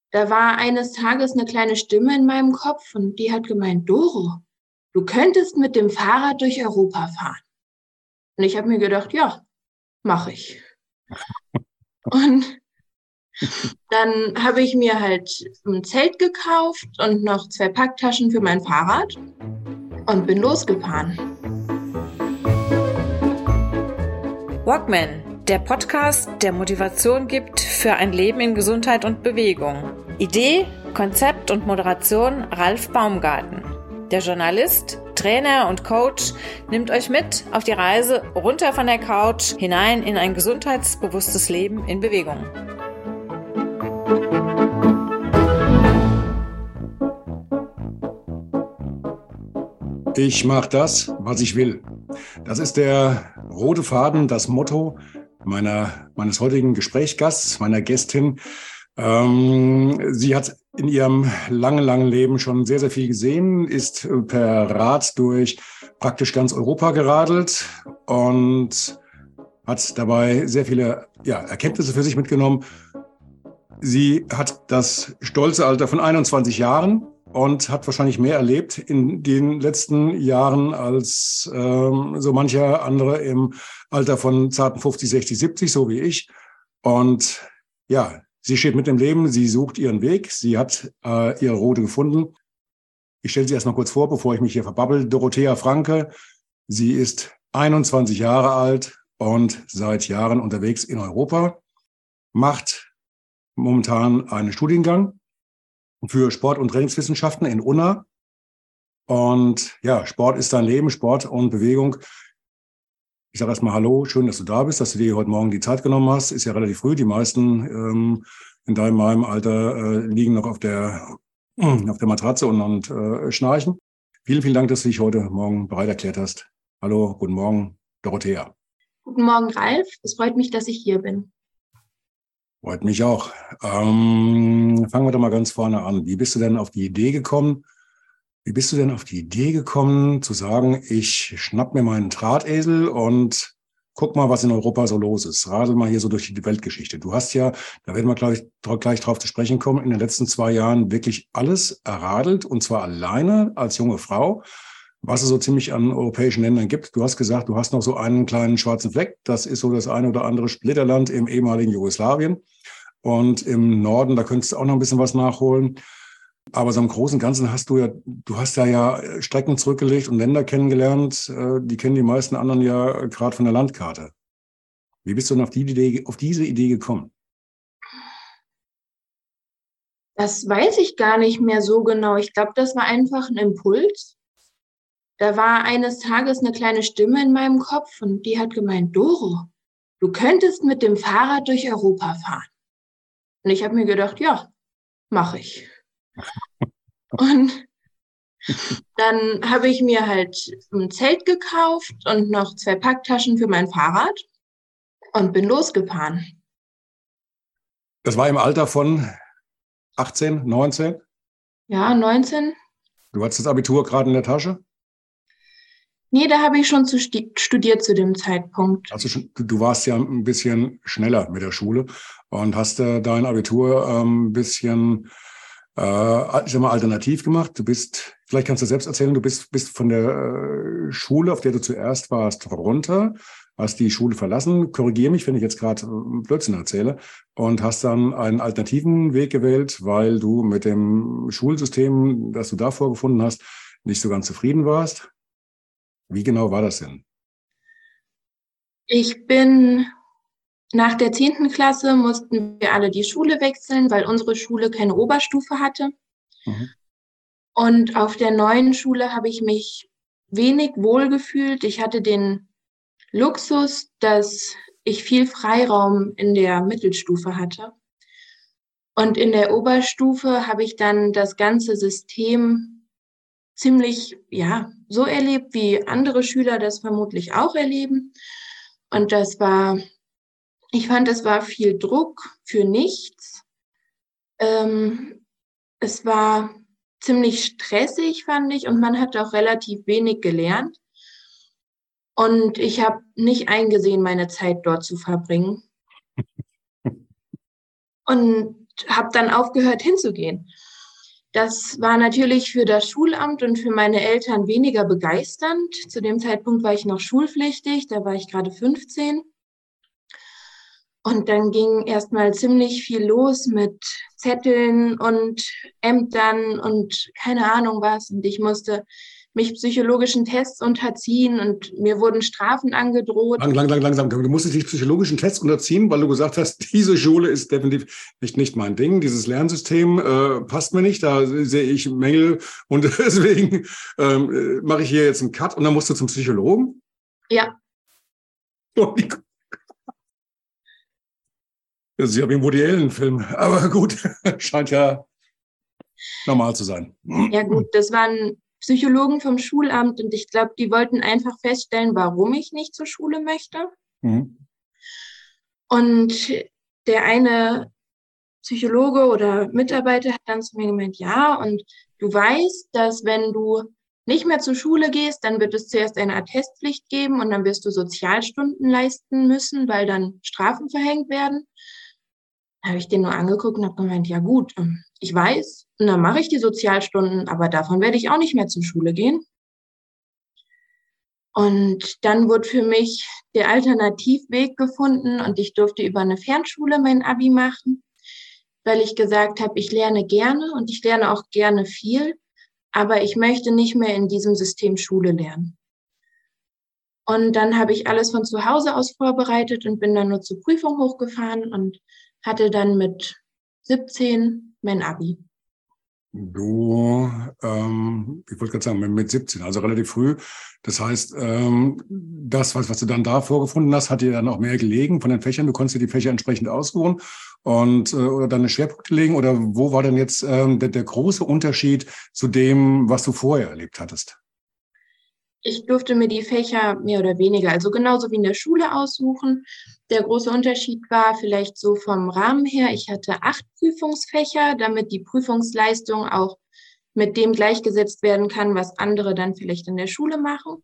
Da war eines Tages eine kleine Stimme in meinem Kopf und die hat gemeint, Doro, du könntest mit dem Fahrrad durch Europa fahren. Und ich habe mir gedacht, ja, mache ich. Und dann habe ich mir halt ein Zelt gekauft und noch 2 Packtaschen für mein Fahrrad und bin losgefahren. Walkman, der Podcast, der Motivation gibt für ein Leben in Gesundheit und Bewegung. Idee, Konzept und Moderation Ralf Baumgarten. Der Journalist, Trainer und Coach nimmt euch mit auf die Reise runter von der Couch hinein in ein gesundheitsbewusstes Leben in Bewegung. Ich mache das, was ich will. Das ist der rote Faden, das Motto meines heutigen Gesprächsgasts, meiner Gästin. Sie hat in ihrem langen Leben schon sehr, sehr viel gesehen, ist per Rad durch praktisch ganz Europa geradelt und hat dabei sehr viele Erkenntnisse für sich mitgenommen. Sie hat das stolze Alter von 21 Jahren und hat wahrscheinlich mehr erlebt in den letzten Jahren als so mancher andere im Alter von zarten 50, 60, 70, so wie ich. Und ja, sie steht mit im Leben, sie sucht ihren Weg, sie hat ihre Route gefunden. Ich stelle sie erst mal kurz vor, bevor ich mich hier verbabbel. Dorothea Franke, sie ist 21 Jahre alt und seit Jahren unterwegs in Europa, macht momentan einen Studiengang für Sport- und Trainingswissenschaften in Unna. Und ja, Sport ist dein Leben, Sport und Bewegung. Ich sage erstmal Hallo, schön, dass du da bist, dass du dir heute Morgen die Zeit genommen hast. Ist ja relativ früh. Die meisten in meinem Alter liegen noch auf der Matratze und schnarchen. Vielen Dank, dass du dich heute Morgen bereit erklärt hast. Hallo, guten Morgen, Dorothea. Guten Morgen, Ralf. Es freut mich, dass ich hier bin. Freut mich auch. Fangen wir doch mal ganz vorne an. Wie bist du denn auf die Idee gekommen? Zu sagen, ich schnapp mir meinen Drahtesel und guck mal, was in Europa so los ist. Radel mal hier so durch die Weltgeschichte. Du hast ja, da werden wir gleich drauf zu sprechen kommen, in den letzten 2 Jahren wirklich alles erradelt und zwar alleine als junge Frau, was es so ziemlich an europäischen Ländern gibt. Du hast gesagt, du hast noch so einen kleinen schwarzen Fleck. Das ist so das eine oder andere Splitterland im ehemaligen Jugoslawien. Und im Norden, da könntest du auch noch ein bisschen was nachholen. Aber so im Großen und Ganzen du hast ja Strecken zurückgelegt und Länder kennengelernt. Die kennen die meisten anderen ja gerade von der Landkarte. Wie bist du denn auf diese Idee gekommen? Das weiß ich gar nicht mehr so genau. Ich glaube, das war einfach ein Impuls. Da war eines Tages eine kleine Stimme in meinem Kopf und die hat gemeint, Doro, du könntest mit dem Fahrrad durch Europa fahren. Und ich habe mir gedacht, ja, mache ich. Und dann habe ich mir halt ein Zelt gekauft und noch 2 Packtaschen für mein Fahrrad und bin losgefahren. Das war im Alter von 18, 19? Ja, 19. Du hattest das Abitur gerade in der Tasche? Nee, da habe ich schon studiert zu dem Zeitpunkt. Also du warst ja ein bisschen schneller mit der Schule und hast dein Abitur ein bisschen alternativ gemacht. Vielleicht kannst du selbst erzählen, du bist von der Schule, auf der du zuerst warst, runter, hast die Schule verlassen, korrigiere mich, wenn ich jetzt gerade Blödsinn erzähle, und hast dann einen alternativen Weg gewählt, weil du mit dem Schulsystem, das du da vorgefunden hast, nicht so ganz zufrieden warst. Wie genau war das denn? Ich bin nach der 10. Klasse mussten wir alle die Schule wechseln, weil unsere Schule keine Oberstufe hatte. Mhm. Und auf der neuen Schule habe ich mich wenig wohlgefühlt. Ich hatte den Luxus, dass ich viel Freiraum in der Mittelstufe hatte. Und in der Oberstufe habe ich dann das ganze System ziemlich, so erlebt, wie andere Schüler das vermutlich auch erleben. Und ich fand, es war viel Druck für nichts. Es war ziemlich stressig, fand ich, und man hat auch relativ wenig gelernt. Und ich habe nicht eingesehen, meine Zeit dort zu verbringen. Und habe dann aufgehört hinzugehen. Das war natürlich für das Schulamt und für meine Eltern weniger begeisternd. Zu dem Zeitpunkt war ich noch schulpflichtig, da war ich gerade 15. Und dann ging erstmal ziemlich viel los mit Zetteln und Ämtern und keine Ahnung was. Und ich musste mich psychologischen Tests unterziehen und mir wurden Strafen angedroht. Langsam. Du musstest dich psychologischen Tests unterziehen, weil du gesagt hast, diese Schule ist definitiv nicht mein Ding. Dieses Lernsystem passt mir nicht. Da sehe ich Mängel und deswegen mache ich hier jetzt einen Cut und dann musst du zum Psychologen? Ja. Das ist ja wie ein Woody Allen-Film. Aber gut, scheint ja normal zu sein. Ja gut, das waren Psychologen vom Schulamt und ich glaube, die wollten einfach feststellen, warum ich nicht zur Schule möchte. Mhm. Und der eine Psychologe oder Mitarbeiter hat dann zu mir gemeint, ja, und du weißt, dass wenn du nicht mehr zur Schule gehst, dann wird es zuerst eine Attestpflicht geben und dann wirst du Sozialstunden leisten müssen, weil dann Strafen verhängt werden. Da habe ich den nur angeguckt und habe gemeint, ja gut, ich weiß, und dann mache ich die Sozialstunden, aber davon werde ich auch nicht mehr zur Schule gehen. Und dann wurde für mich der Alternativweg gefunden und ich durfte über eine Fernschule mein Abi machen, weil ich gesagt habe, ich lerne gerne und ich lerne auch gerne viel, aber ich möchte nicht mehr in diesem System Schule lernen. Und dann habe ich alles von zu Hause aus vorbereitet und bin dann nur zur Prüfung hochgefahren und hatte dann mit 17 mein Abi. Du, ich wollte gerade sagen, mit 17, also relativ früh. Das heißt, das, was du dann da vorgefunden hast, hat dir dann auch mehr gelegen von den Fächern. Du konntest dir die Fächer entsprechend ausruhen und oder deine Schwerpunkte legen. Oder wo war denn jetzt der große Unterschied zu dem, was du vorher erlebt hattest? Ich durfte mir die Fächer mehr oder weniger, also genauso wie in der Schule aussuchen. Der große Unterschied war vielleicht so vom Rahmen her, ich hatte 8 Prüfungsfächer, damit die Prüfungsleistung auch mit dem gleichgesetzt werden kann, was andere dann vielleicht in der Schule machen.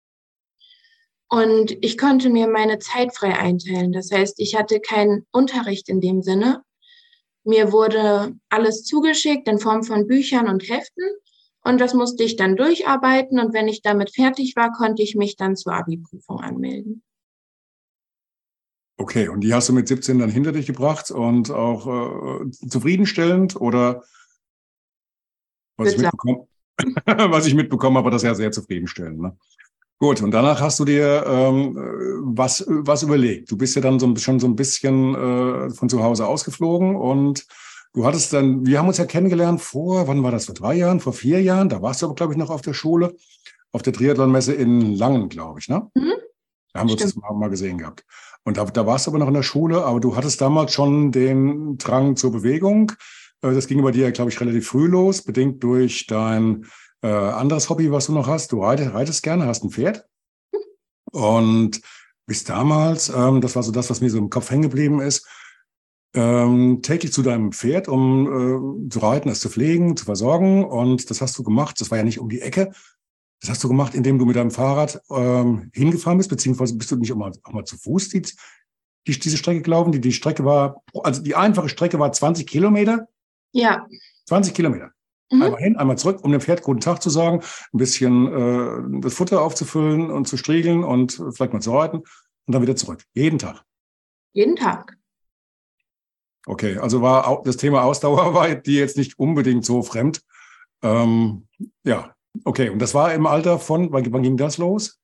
Und ich konnte mir meine Zeit frei einteilen. Das heißt, ich hatte keinen Unterricht in dem Sinne. Mir wurde alles zugeschickt in Form von Büchern und Heften. Und das musste ich dann durcharbeiten. Und wenn ich damit fertig war, konnte ich mich dann zur Abi-Prüfung anmelden. Okay, und die hast du mit 17 dann hinter dich gebracht und auch zufriedenstellend? Oder was ich mitbekommen habe, war das ja sehr zufriedenstellend. Ne? Gut, und danach hast du dir was überlegt. Du bist ja dann schon so ein bisschen von zu Hause ausgeflogen und du hattest dann, wir haben uns ja kennengelernt wann war das, vor 3 Jahren, vor 4 Jahren? Da warst du aber, glaube ich, noch auf der Schule, auf der Triathlonmesse in Langen, glaube ich, ne? Mhm. Da haben wir uns das mal gesehen gehabt. Und da warst du aber noch in der Schule, aber du hattest damals schon den Drang zur Bewegung. Das ging bei dir, glaube ich, relativ früh los, bedingt durch dein anderes Hobby, was du noch hast. Du reitest gerne, hast ein Pferd. Und bis damals, das war so das, was mir so im Kopf hängen geblieben ist, täglich zu deinem Pferd, um zu reiten, es zu pflegen, zu versorgen. Und das hast du gemacht. Das war ja nicht um die Ecke. Das hast du gemacht, indem du mit deinem Fahrrad hingefahren bist, beziehungsweise bist du nicht auch mal zu Fuß diese Strecke gelaufen. Die Strecke war, also die einfache Strecke war 20 Kilometer. Ja. 20 Kilometer. Mhm. Einmal hin, einmal zurück, um dem Pferd guten Tag zu sagen, ein bisschen das Futter aufzufüllen und zu striegeln und vielleicht mal zu reiten und dann wieder zurück. Jeden Tag. Jeden Tag. Okay, also war das Thema Ausdauer war dir jetzt nicht unbedingt so fremd. Ja, okay. Und das war im Alter von, wann ging das los?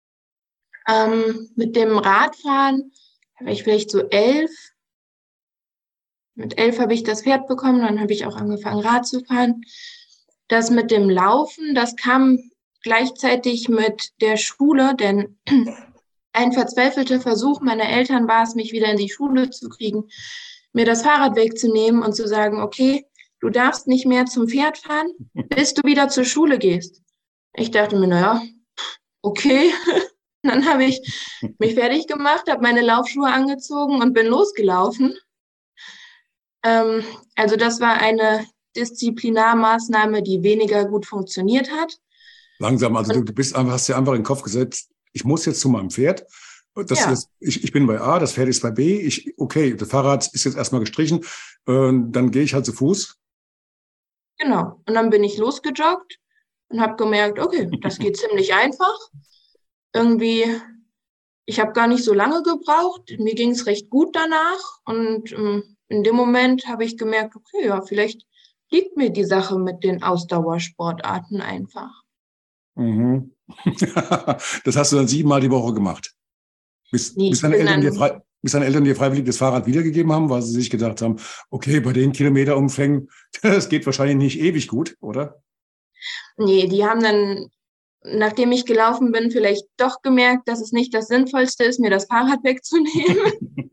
Mit dem Radfahren war ich vielleicht so 11. Mit 11 habe ich das Pferd bekommen, dann habe ich auch angefangen, Rad zu fahren. Das mit dem Laufen, das kam gleichzeitig mit der Schule, denn ein verzweifelter Versuch meiner Eltern war es, mich wieder in die Schule zu kriegen, mir das Fahrrad wegzunehmen und zu sagen, okay, du darfst nicht mehr zum Pferd fahren, bis du wieder zur Schule gehst. Ich dachte mir, naja, okay. Dann habe ich mich fertig gemacht, habe meine Laufschuhe angezogen und bin losgelaufen. Also das war eine Disziplinarmaßnahme, die weniger gut funktioniert hat. Langsam, also du hast dir einfach in den Kopf gesetzt, ich muss jetzt zu meinem Pferd. Ich bin bei A, das Pferd ist bei B. Okay, das Fahrrad ist jetzt erstmal gestrichen. Dann gehe ich halt zu Fuß. Genau. Und dann bin ich losgejoggt und habe gemerkt, okay, das geht ziemlich einfach. Irgendwie, ich habe gar nicht so lange gebraucht. Mir ging es recht gut danach. Und in dem Moment habe ich gemerkt, okay, ja, vielleicht liegt mir die Sache mit den Ausdauersportarten einfach. Mhm. Das hast du dann 7-mal die Woche gemacht. Bis deine Eltern dir freiwillig das Fahrrad wiedergegeben haben, weil sie sich gedacht haben, okay, bei den Kilometerumfängen, das geht wahrscheinlich nicht ewig gut, oder? Nee, die haben dann, nachdem ich gelaufen bin, vielleicht doch gemerkt, dass es nicht das Sinnvollste ist, mir das Fahrrad wegzunehmen.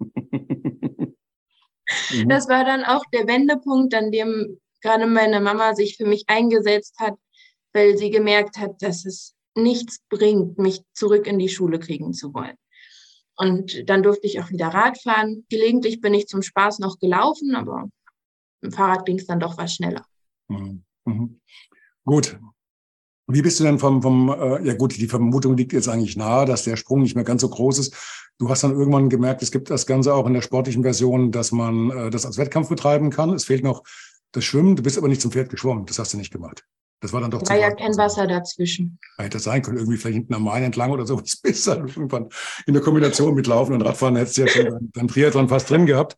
Das war dann auch der Wendepunkt, an dem gerade meine Mama sich für mich eingesetzt hat, weil sie gemerkt hat, dass es nichts bringt, mich zurück in die Schule kriegen zu wollen. Und dann durfte ich auch wieder Rad fahren. Gelegentlich bin ich zum Spaß noch gelaufen, aber mit dem Fahrrad ging es dann doch was schneller. Mhm. Mhm. Gut. Wie bist du denn ja gut, die Vermutung liegt jetzt eigentlich nahe, dass der Sprung nicht mehr ganz so groß ist. Du hast dann irgendwann gemerkt, es gibt das Ganze auch in der sportlichen Version, dass man das als Wettkampf betreiben kann. Es fehlt noch das Schwimmen. Du bist aber nicht zum Pferd geschwommen. Das hast du nicht gemacht. Das war dann doch zu weit. War ja kein Wasser dazwischen. Hätte das sein können, irgendwie vielleicht hinten am Main entlang oder so. Das bist dann irgendwann in der Kombination mit Laufen und Radfahren hättest du ja schon dein Triathlon fast drin gehabt.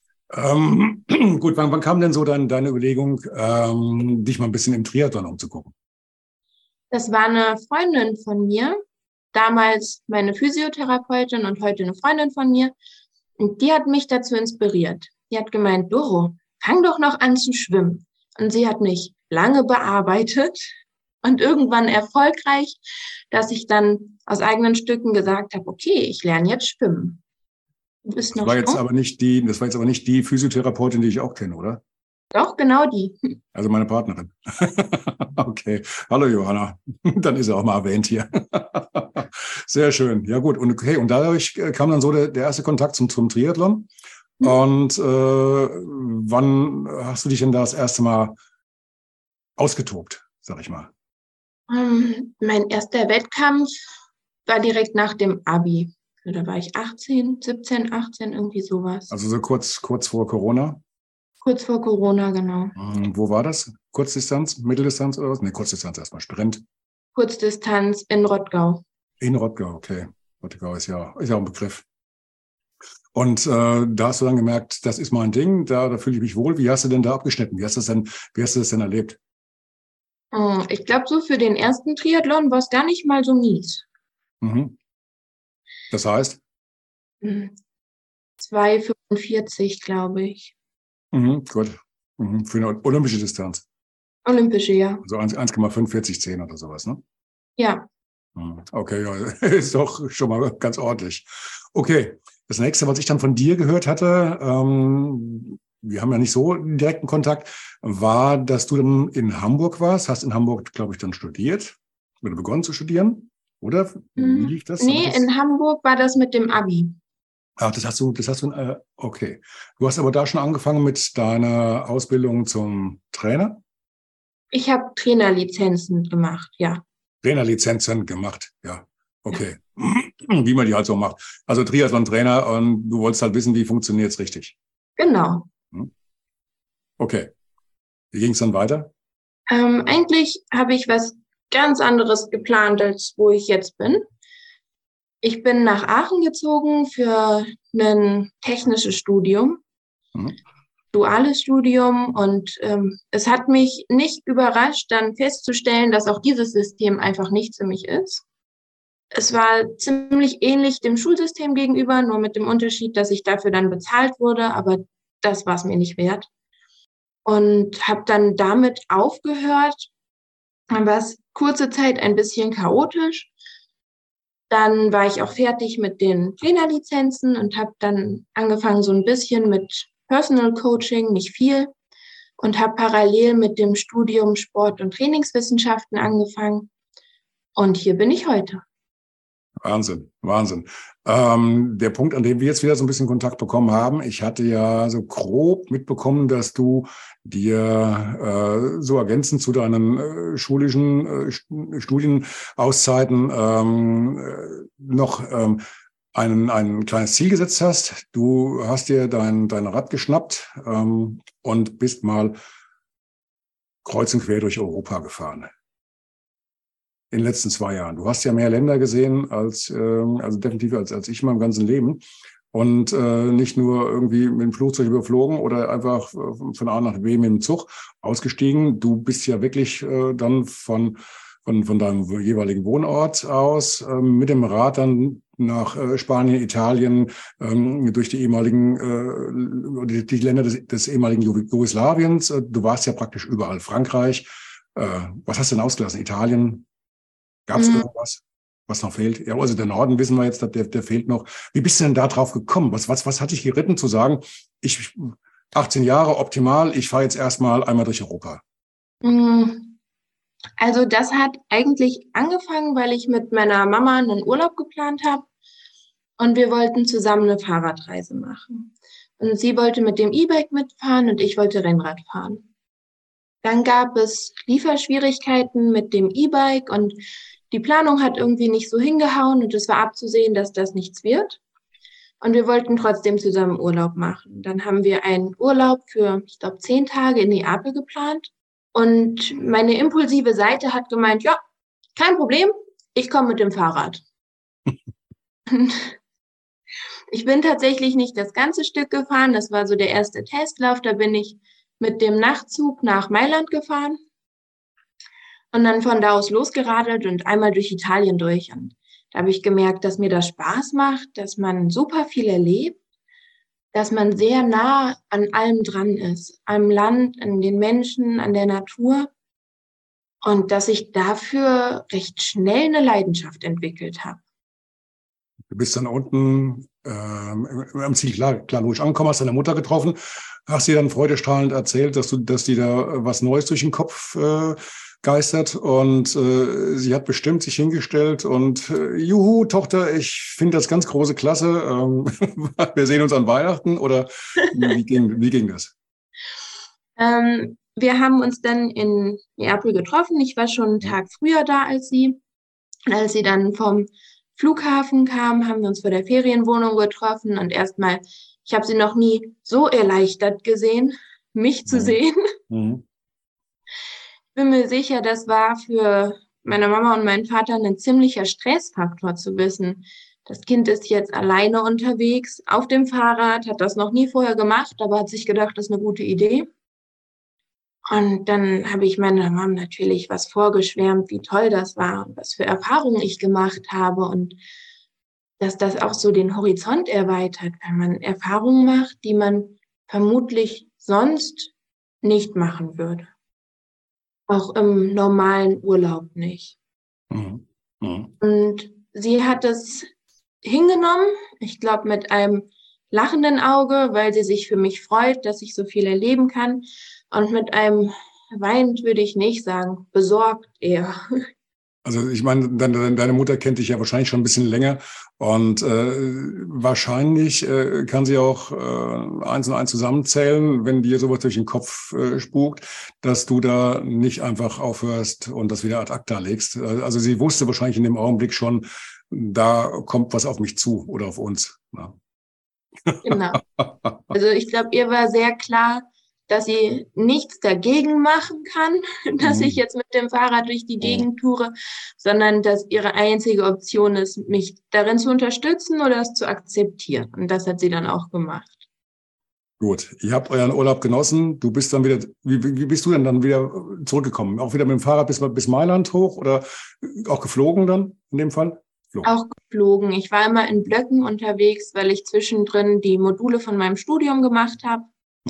Gut, wann kam denn so deine Überlegung, dich mal ein bisschen im Triathlon umzugucken? Das war eine Freundin von mir, damals meine Physiotherapeutin und heute eine Freundin von mir. Und die hat mich dazu inspiriert. Die hat gemeint, Doro, fang doch noch an zu schwimmen. Und sie hat mich lange bearbeitet und irgendwann erfolgreich, dass ich dann aus eigenen Stücken gesagt habe, okay, ich lerne jetzt schwimmen. Das war jetzt aber nicht die Physiotherapeutin, die ich auch kenne, oder? Doch, genau die. Also meine Partnerin. Okay. Hallo Johanna. Dann ist er auch mal erwähnt hier. Sehr schön. Ja gut. Und okay. Und dadurch kam dann so der erste Kontakt zum Triathlon. Und wann hast du dich denn das erste Mal ausgetobt, sag ich mal? Mein erster Wettkampf war direkt nach dem Abi. Da war ich 17, 18, irgendwie sowas. Also so kurz vor Corona? Kurz vor Corona, genau. Wo war das? Kurzdistanz, Mitteldistanz oder was? Nee, Kurzdistanz erstmal. Sprint. Kurzdistanz in Rottgau. In Rottgau, okay. Rottgau ist ja ein Begriff. Und da hast du dann gemerkt, das ist mein Ding, da fühle ich mich wohl. Wie hast du denn da abgeschnitten? Wie hast du das denn erlebt? Ich glaube, so für den ersten Triathlon war es gar nicht mal so mies. Mhm. Das heißt? 2,45, glaube ich. Gut. Für eine olympische Distanz. Olympische, ja. Also 1,4510 oder sowas, ne? Ja. Okay, ja, ist doch schon mal ganz ordentlich. Okay, das nächste, was ich dann von dir gehört hatte, wir haben ja nicht so direkten Kontakt, war, dass du dann in Hamburg warst, hast in Hamburg, glaube ich, dann studiert oder begonnen zu studieren, oder? Wie lief das? Nee, in Hamburg war das mit dem Abi. Ach, okay. Du hast aber da schon angefangen mit deiner Ausbildung zum Trainer? Ich habe Trainerlizenzen gemacht, ja. Trainerlizenzen gemacht, ja. Okay. Ja. Wie man die halt so macht. Also Triathlon-Trainer und du wolltest halt wissen, wie funktioniert es richtig. Genau. Okay. Wie ging es dann weiter? Eigentlich habe ich was ganz anderes geplant, als wo ich jetzt bin. Ich bin nach Aachen gezogen für ein technisches Studium, duales Studium. Und es hat mich nicht überrascht, dann festzustellen, dass auch dieses System einfach nichts für mich ist. Es war ziemlich ähnlich dem Schulsystem gegenüber, nur mit dem Unterschied, dass ich dafür dann bezahlt wurde, aber das war es mir nicht wert. Und habe dann damit aufgehört. Dann war es kurze Zeit ein bisschen chaotisch. Dann war ich auch fertig mit den Trainerlizenzen und habe dann angefangen so ein bisschen mit Personal Coaching, nicht viel, und habe parallel mit dem Studium Sport- und Trainingswissenschaften angefangen. Und hier bin ich heute. Wahnsinn, Wahnsinn. Der Punkt, an dem wir jetzt wieder so ein bisschen Kontakt bekommen haben, ich hatte ja so grob mitbekommen, dass du dir so ergänzend zu deinen schulischen Studienauszeiten noch ein kleines Ziel gesetzt hast. Du hast dir dein Rad geschnappt und bist mal kreuz und quer durch Europa gefahren. In den letzten 2 Jahren. Du hast ja mehr Länder gesehen also definitiv als ich in meinem ganzen Leben. Und nicht nur irgendwie mit dem Flugzeug überflogen oder einfach von A nach B mit dem Zug ausgestiegen. Du bist ja wirklich dann von deinem jeweiligen Wohnort aus mit dem Rad dann nach Spanien, Italien, durch die die Länder des ehemaligen Jugoslawiens. Du warst ja praktisch überall. Frankreich. Was hast du denn ausgelassen? Italien? Gab es irgendwas, was noch fehlt? Ja, also der Norden wissen wir jetzt, der fehlt noch. Wie bist du denn da drauf gekommen? Was hat dich geritten zu sagen, 18 Jahre optimal, ich fahre jetzt erstmal einmal durch Europa? Also das hat eigentlich angefangen, weil ich mit meiner Mama einen Urlaub geplant habe und wir wollten zusammen eine Fahrradreise machen. Und sie wollte mit dem E-Bike mitfahren und ich wollte Rennrad fahren. Dann gab es Lieferschwierigkeiten mit dem E-Bike und die Planung hat irgendwie nicht so hingehauen und es war abzusehen, dass das nichts wird. Und wir wollten trotzdem zusammen Urlaub machen. Dann haben wir einen Urlaub für, ich glaube, 10 Tage in Neapel geplant. Und meine impulsive Seite hat gemeint, ja, kein Problem, ich komme mit dem Fahrrad. Ich bin tatsächlich nicht das ganze Stück gefahren. Das war so der erste Testlauf. Da bin ich mit dem Nachtzug nach Mailand gefahren und dann von da aus losgeradelt und einmal durch Italien durch. Und da habe ich gemerkt, dass mir das Spaß macht, dass man super viel erlebt, dass man sehr nah an allem dran ist, am Land, an den Menschen, an der Natur und dass ich dafür recht schnell eine Leidenschaft entwickelt habe. Du bist dann unten am Ziel klar logisch angekommen, hast deine Mutter getroffen, hast ihr dann freudestrahlend erzählt, dass die da was Neues durch den Kopf geistert und sie hat bestimmt sich hingestellt und juhu, Tochter, ich finde das ganz große Klasse, wir sehen uns an Weihnachten oder wie ging das? Wir haben uns dann in Neapel getroffen. Ich war schon einen Tag früher da als sie. Und als sie dann vom Flughafen kam, haben wir uns vor der Ferienwohnung getroffen und erstmal, ich habe sie noch nie so erleichtert gesehen, mich zu sehen. Ich bin mir sicher, das war für meine Mama und meinen Vater ein ziemlicher Stressfaktor zu wissen. Das Kind ist jetzt alleine unterwegs auf dem Fahrrad, hat das noch nie vorher gemacht, aber hat sich gedacht, das ist eine gute Idee. Und dann habe ich meiner Mama natürlich was vorgeschwärmt, wie toll das war und was für Erfahrungen ich gemacht habe und dass das auch so den Horizont erweitert, wenn man Erfahrungen macht, die man vermutlich sonst nicht machen würde. Auch im normalen Urlaub nicht. Und sie hat es hingenommen, ich glaube mit einem lachenden Auge, weil sie sich für mich freut, dass ich so viel erleben kann. Und mit einem weinend würde ich nicht sagen, besorgt eher. Also ich meine, deine Mutter kennt dich ja wahrscheinlich schon ein bisschen länger und wahrscheinlich kann sie auch 1 und 1 zusammenzählen, wenn dir sowas durch den Kopf spukt, dass du da nicht einfach aufhörst und das wieder ad acta legst. Also sie wusste wahrscheinlich in dem Augenblick schon, da kommt was auf mich zu oder auf uns. Ja. Genau. Also ich glaube, ihr war sehr klar, dass sie nichts dagegen machen kann, dass ich jetzt mit dem Fahrrad durch die Gegend toure, sondern dass ihre einzige Option ist, mich darin zu unterstützen oder es zu akzeptieren. Und das hat sie dann auch gemacht. Gut, ihr habt euren Urlaub genossen. Du bist dann wieder, wie bist du denn dann wieder zurückgekommen? Auch wieder mit dem Fahrrad bis Mailand hoch oder auch geflogen dann in dem Fall? Auch geflogen. Ich war immer in Blöcken unterwegs, weil ich zwischendrin die Module von meinem Studium gemacht habe.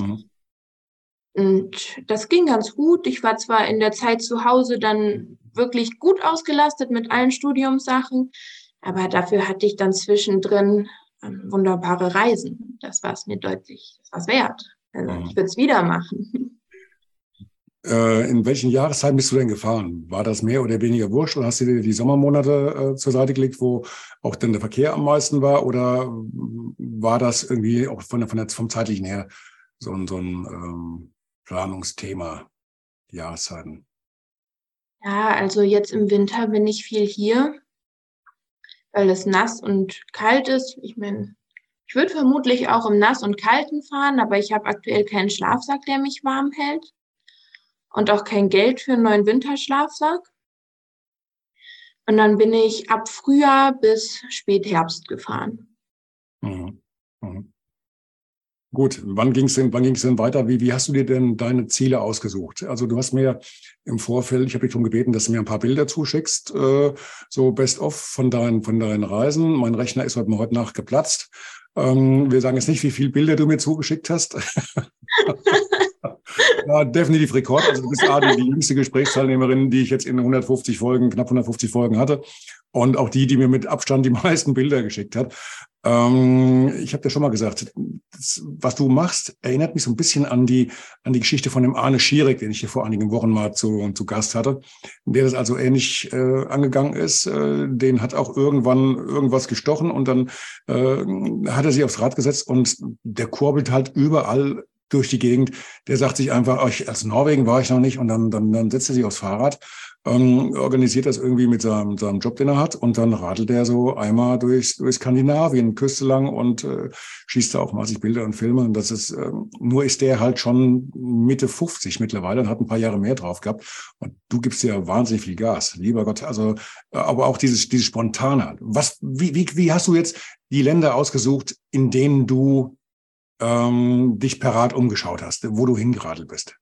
Und das ging ganz gut. Ich war zwar in der Zeit zu Hause dann wirklich gut ausgelastet mit allen Studiumssachen, aber dafür hatte ich dann zwischendrin wunderbare Reisen. Das war es mir deutlich, das war es wert. Also ich würde es wieder machen. In welchen Jahreszeiten bist du denn gefahren? War das mehr oder weniger wurscht oder hast du dir die Sommermonate zur Seite gelegt, wo auch dann der Verkehr am meisten war? Oder war das irgendwie auch vom zeitlichen her so ein Planungsthema, die Jahreszeiten? Ja, also jetzt im Winter bin ich viel hier. weil es nass und kalt ist. Ich meine, ich würde vermutlich auch im Nass und Kalten fahren, aber ich habe aktuell keinen Schlafsack, der mich warm hält und auch kein Geld für einen neuen Winterschlafsack. Und dann bin ich ab Frühjahr bis Spätherbst gefahren. Mhm. Mhm. Gut, wann ging's denn weiter? Wie hast du dir denn deine Ziele ausgesucht? Also du hast mir im Vorfeld, ich habe dich darum gebeten, dass du mir ein paar Bilder zuschickst, so Best of von deinen Reisen. Mein Rechner ist heute Nacht geplatzt. Wir sagen jetzt nicht, wie viele Bilder du mir zugeschickt hast. Ja, definitiv Rekord. Also du bist die jüngste Gesprächsteilnehmerin, die ich jetzt in knapp 150 Folgen hatte. Und auch die mir mit Abstand die meisten Bilder geschickt hat. Ich habe dir schon mal gesagt, was du machst, erinnert mich so ein bisschen an die Geschichte von dem Arne Schierig, den ich hier vor einigen Wochen mal zu Gast hatte, der das also ähnlich angegangen ist. Den hat auch irgendwann irgendwas gestochen und dann hat er sich aufs Rad gesetzt und der kurbelt halt überall durch die Gegend. Der sagt sich einfach, als Norwegen war ich noch nicht und dann setzt er sich aufs Fahrrad, organisiert das irgendwie mit seinem Job, den er hat und dann radelt er so einmal durch Skandinavien, Küste lang und schießt da auch massig Bilder und Filme und das ist, nur ist der halt schon Mitte 50 mittlerweile und hat ein paar Jahre mehr drauf gehabt und du gibst dir wahnsinnig viel Gas, lieber Gott, also aber auch dieses Spontane. Wie hast du jetzt die Länder ausgesucht, in denen du dich parat umgeschaut hast, wo du hingeradelt bist?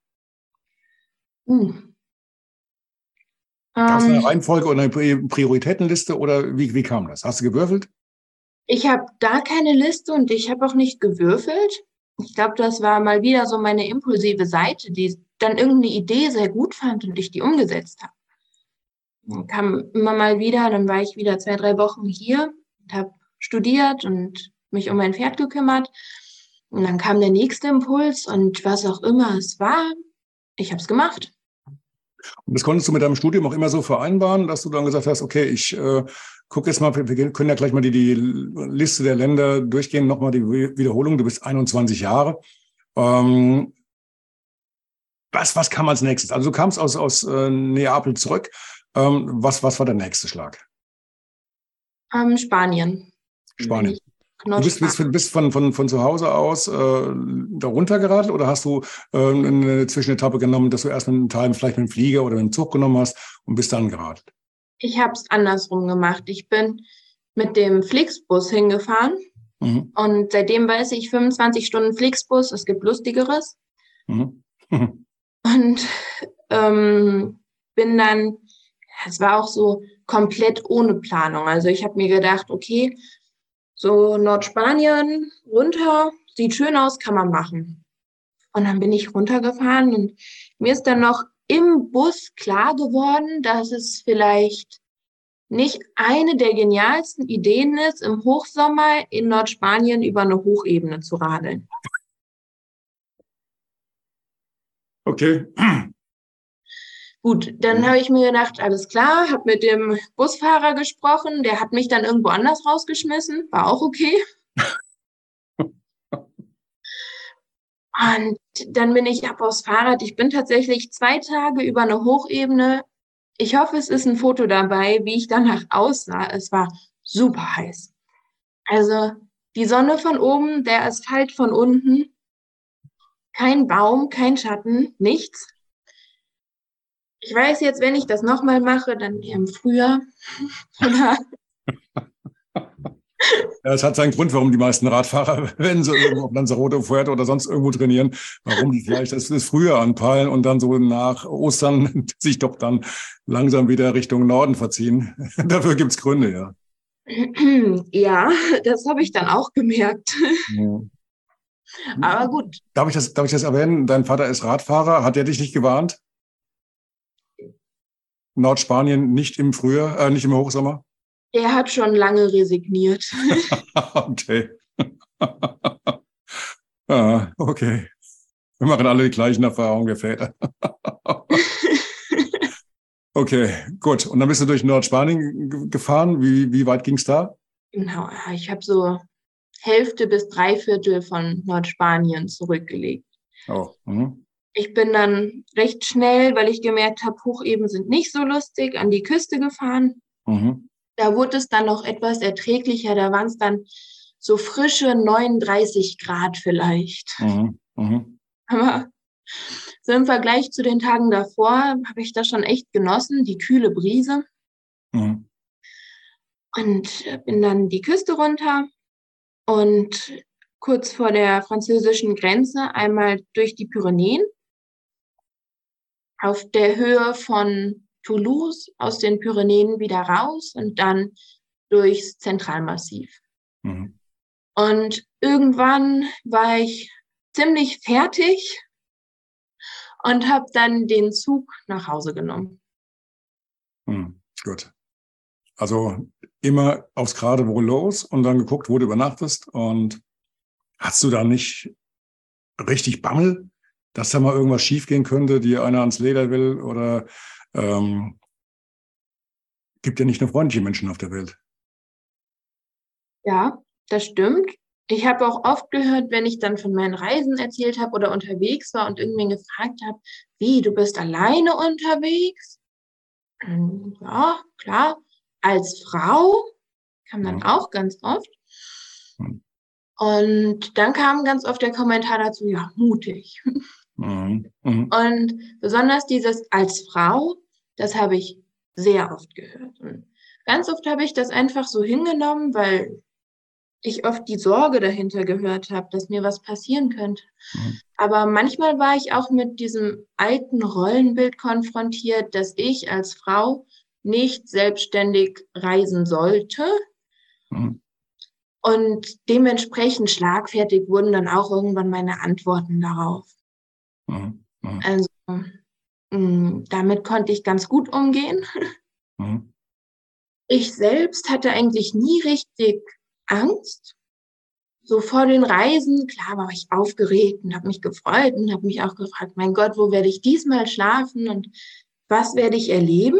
Gab es eine Reihenfolge oder eine Prioritätenliste oder wie kam das? Hast du gewürfelt? Ich habe da keine Liste und ich habe auch nicht gewürfelt. Ich glaube, das war mal wieder so meine impulsive Seite, die dann irgendeine Idee sehr gut fand und ich die umgesetzt habe. Dann kam immer mal wieder, dann war ich wieder 2-3 Wochen hier und habe studiert und mich um mein Pferd gekümmert. Und dann kam der nächste Impuls und was auch immer es war, ich habe es gemacht. Und das konntest du mit deinem Studium auch immer so vereinbaren, dass du dann gesagt hast, okay, ich gucke jetzt mal, wir können ja gleich mal die Liste der Länder durchgehen, nochmal die Wiederholung, du bist 21 Jahre. Was kam als nächstes? Also du kamst aus Neapel zurück. Was war der nächste Schlag? Spanien. Du bist von zu Hause aus da runtergeradelt oder hast du eine Zwischenetappe genommen, dass du erst einen Teil vielleicht mit dem Flieger oder mit dem Zug genommen hast und bist dann geradelt? Ich habe es andersrum gemacht. Ich bin mit dem Flixbus hingefahren und seitdem weiß ich 25 Stunden Flixbus, es gibt Lustigeres. Und bin dann, es war auch so komplett ohne Planung. Also ich habe mir gedacht, okay, so Nordspanien runter, sieht schön aus, kann man machen. Und dann bin ich runtergefahren und mir ist dann noch im Bus klar geworden, dass es vielleicht nicht eine der genialsten Ideen ist, im Hochsommer in Nordspanien über eine Hochebene zu radeln. Okay. Gut, dann habe ich mir gedacht, alles klar, habe mit dem Busfahrer gesprochen, der hat mich dann irgendwo anders rausgeschmissen, war auch okay. Und dann bin ich ab aufs Fahrrad. Ich bin tatsächlich 2 Tage über eine Hochebene. Ich hoffe, es ist ein Foto dabei, wie ich danach aussah. Es war super heiß. Also die Sonne von oben, der Asphalt von unten, kein Baum, kein Schatten, nichts. Ich weiß jetzt, wenn ich das nochmal mache, dann eher im Frühjahr. Ja, es hat seinen Grund, warum die meisten Radfahrer, wenn sie irgendwo auf Lanzarote fährt oder sonst irgendwo trainieren, warum die vielleicht das früher anpeilen und dann so nach Ostern sich doch dann langsam wieder Richtung Norden verziehen. Dafür gibt's Gründe, ja. Ja, das habe ich dann auch gemerkt. Ja. Aber gut. Darf ich das erwähnen? Dein Vater ist Radfahrer. Hat er dich nicht gewarnt? Nordspanien nicht im Frühjahr, nicht im Hochsommer? Er hat schon lange resigniert. Okay. Okay. Wir machen alle die gleichen Erfahrungen, wir Väter. Okay, gut. Und dann bist du durch Nordspanien gefahren. Wie weit ging es da? Genau, ich habe so Hälfte bis 3/4 von Nordspanien zurückgelegt. Oh. Ich bin dann recht schnell, weil ich gemerkt habe, Hochebenen sind nicht so lustig, an die Küste gefahren. Da wurde es dann noch etwas erträglicher. Da waren es dann so frische 39 Grad vielleicht. Aber so im Vergleich zu den Tagen davor habe ich das schon echt genossen, die kühle Brise. Und bin dann die Küste runter und kurz vor der französischen Grenze einmal durch die Pyrenäen auf der Höhe von Toulouse aus den Pyrenäen wieder raus und dann durchs Zentralmassiv. Und irgendwann war ich ziemlich fertig und habe dann den Zug nach Hause genommen. Gut. Also immer aufs Geratewohl los und dann geguckt, wo du übernachtest. Und hast du da nicht richtig Bammel, dass da mal irgendwas schiefgehen könnte, dir einer ans Leder will? Oder gibt ja nicht nur freundliche Menschen auf der Welt. Ja, das stimmt. Ich habe auch oft gehört, wenn ich dann von meinen Reisen erzählt habe oder unterwegs war und irgendwen gefragt habe, wie, du bist alleine unterwegs? Ja, klar. Als Frau kam dann auch ganz oft. Und dann kam ganz oft der Kommentar dazu, ja, mutig. Und besonders dieses als Frau, das habe ich sehr oft gehört. Und ganz oft habe ich das einfach so hingenommen, weil ich oft die Sorge dahinter gehört habe, dass mir was passieren könnte. Aber manchmal war ich auch mit diesem alten Rollenbild konfrontiert, dass ich als Frau nicht selbstständig reisen sollte. Und dementsprechend schlagfertig wurden dann auch irgendwann meine Antworten darauf. Also damit konnte ich ganz gut umgehen. Ich selbst hatte eigentlich nie richtig Angst. So vor den Reisen, klar war ich aufgeregt und habe mich gefreut und habe mich auch gefragt, mein Gott, wo werde ich diesmal schlafen und was werde ich erleben?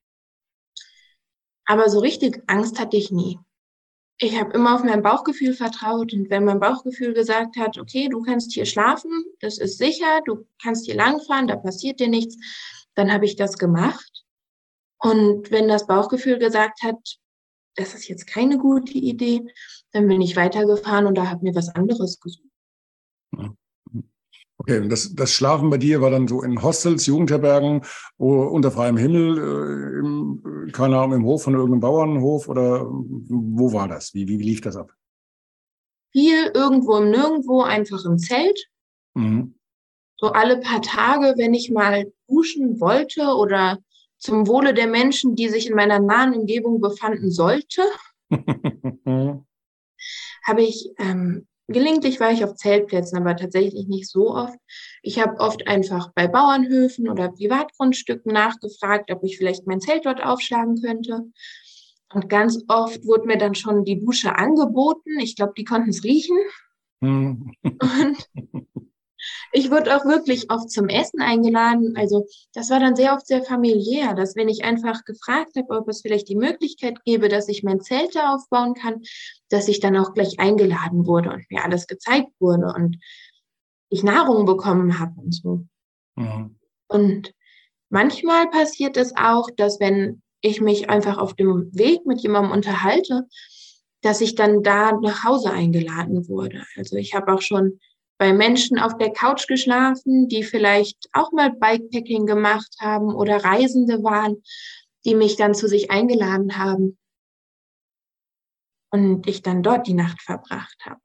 Aber so richtig Angst hatte ich nie. Ich habe immer auf mein Bauchgefühl vertraut und wenn mein Bauchgefühl gesagt hat, okay, du kannst hier schlafen, das ist sicher, du kannst hier langfahren, da passiert dir nichts, dann habe ich das gemacht. Und wenn das Bauchgefühl gesagt hat, das ist jetzt keine gute Idee, dann bin ich weitergefahren und da habe mir was anderes gesucht. Okay, und das Schlafen bei dir war dann so in Hostels, Jugendherbergen, unter freiem Himmel, keine Ahnung, im Hof von irgendeinem Bauernhof oder wo war das? Wie lief das ab? Viel irgendwo im Nirgendwo, einfach im Zelt. So alle paar Tage, wenn ich mal duschen wollte oder zum Wohle der Menschen, die sich in meiner nahen Umgebung befanden sollte, habe ich, gelegentlich war ich auf Zeltplätzen, aber tatsächlich nicht so oft. Ich habe oft einfach bei Bauernhöfen oder Privatgrundstücken nachgefragt, ob ich vielleicht mein Zelt dort aufschlagen könnte. Und ganz oft wurde mir dann schon die Dusche angeboten. Ich glaube, die konnten es riechen. Und ich wurde auch wirklich oft zum Essen eingeladen. Also das war dann sehr oft sehr familiär, dass wenn ich einfach gefragt habe, ob es vielleicht die Möglichkeit gäbe, dass ich mein Zelt da aufbauen kann, dass ich dann auch gleich eingeladen wurde und mir alles gezeigt wurde und ich Nahrung bekommen habe und so. Und manchmal passiert es auch, dass wenn ich mich einfach auf dem Weg mit jemandem unterhalte, dass ich dann da nach Hause eingeladen wurde. Also ich habe auch schon bei Menschen auf der Couch geschlafen, die vielleicht auch mal Bikepacking gemacht haben oder Reisende waren, die mich dann zu sich eingeladen haben und ich dann dort die Nacht verbracht habe.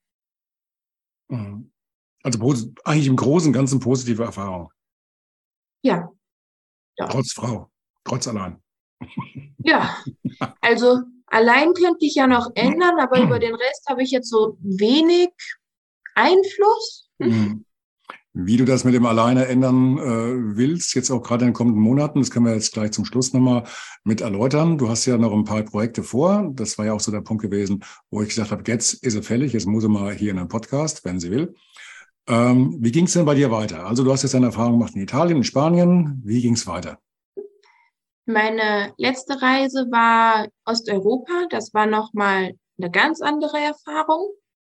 Also eigentlich im Großen und Ganzen positive Erfahrung. Ja. Trotz Frau, trotz allein. Ja, also allein könnte ich ja noch ändern, aber über den Rest habe ich jetzt so wenig Einfluss. Wie du das mit dem Alleine ändern willst, jetzt auch gerade in den kommenden Monaten, das können wir jetzt gleich zum Schluss nochmal mit erläutern. Du hast ja noch ein paar Projekte vor. Das war ja auch so der Punkt gewesen, wo ich gesagt habe, jetzt ist sie fällig, jetzt muss sie mal hier in einem Podcast, wenn sie will. Wie ging es denn bei dir weiter? Also du hast jetzt eine Erfahrung gemacht in Italien, in Spanien. Wie ging es weiter? Meine letzte Reise war Osteuropa. Das war nochmal eine ganz andere Erfahrung.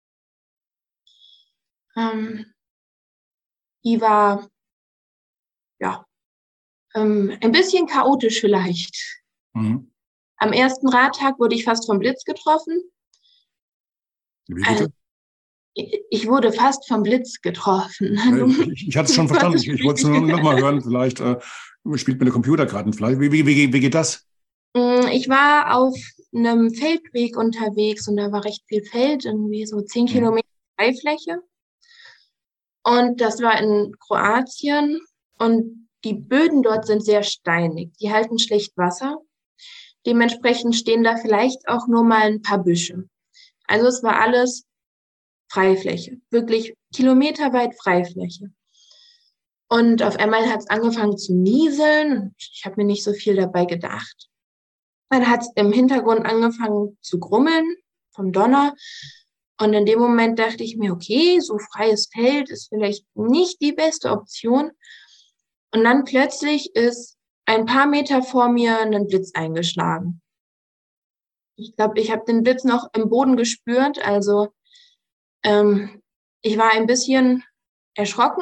Die war ja ein bisschen chaotisch vielleicht. Am ersten Radtag wurde ich fast vom Blitz getroffen. Wie bitte? Also, ich wurde fast vom Blitz getroffen. Ich hatte es schon verstanden. Ich wollte es nur noch mal hören. Vielleicht spielt mir der Computer gerade vielleicht. Wie geht das? Ich war auf einem Feldweg unterwegs und da war recht viel Feld, irgendwie so 10 Kilometer Freifläche. Und das war in Kroatien und die Böden dort sind sehr steinig. Die halten schlecht Wasser. Dementsprechend stehen da vielleicht auch nur mal ein paar Büsche. Also es war alles Freifläche, wirklich kilometerweit Freifläche. Und auf einmal hat es angefangen zu nieseln. Ich habe mir nicht so viel dabei gedacht. Dann hat es im Hintergrund angefangen zu grummeln vom Donner. Und in dem Moment dachte ich mir, okay, so freies Feld ist vielleicht nicht die beste Option. Und dann plötzlich ist ein paar Meter vor mir ein Blitz eingeschlagen. Ich glaube, ich habe den Blitz noch im Boden gespürt. Also ich war ein bisschen erschrocken.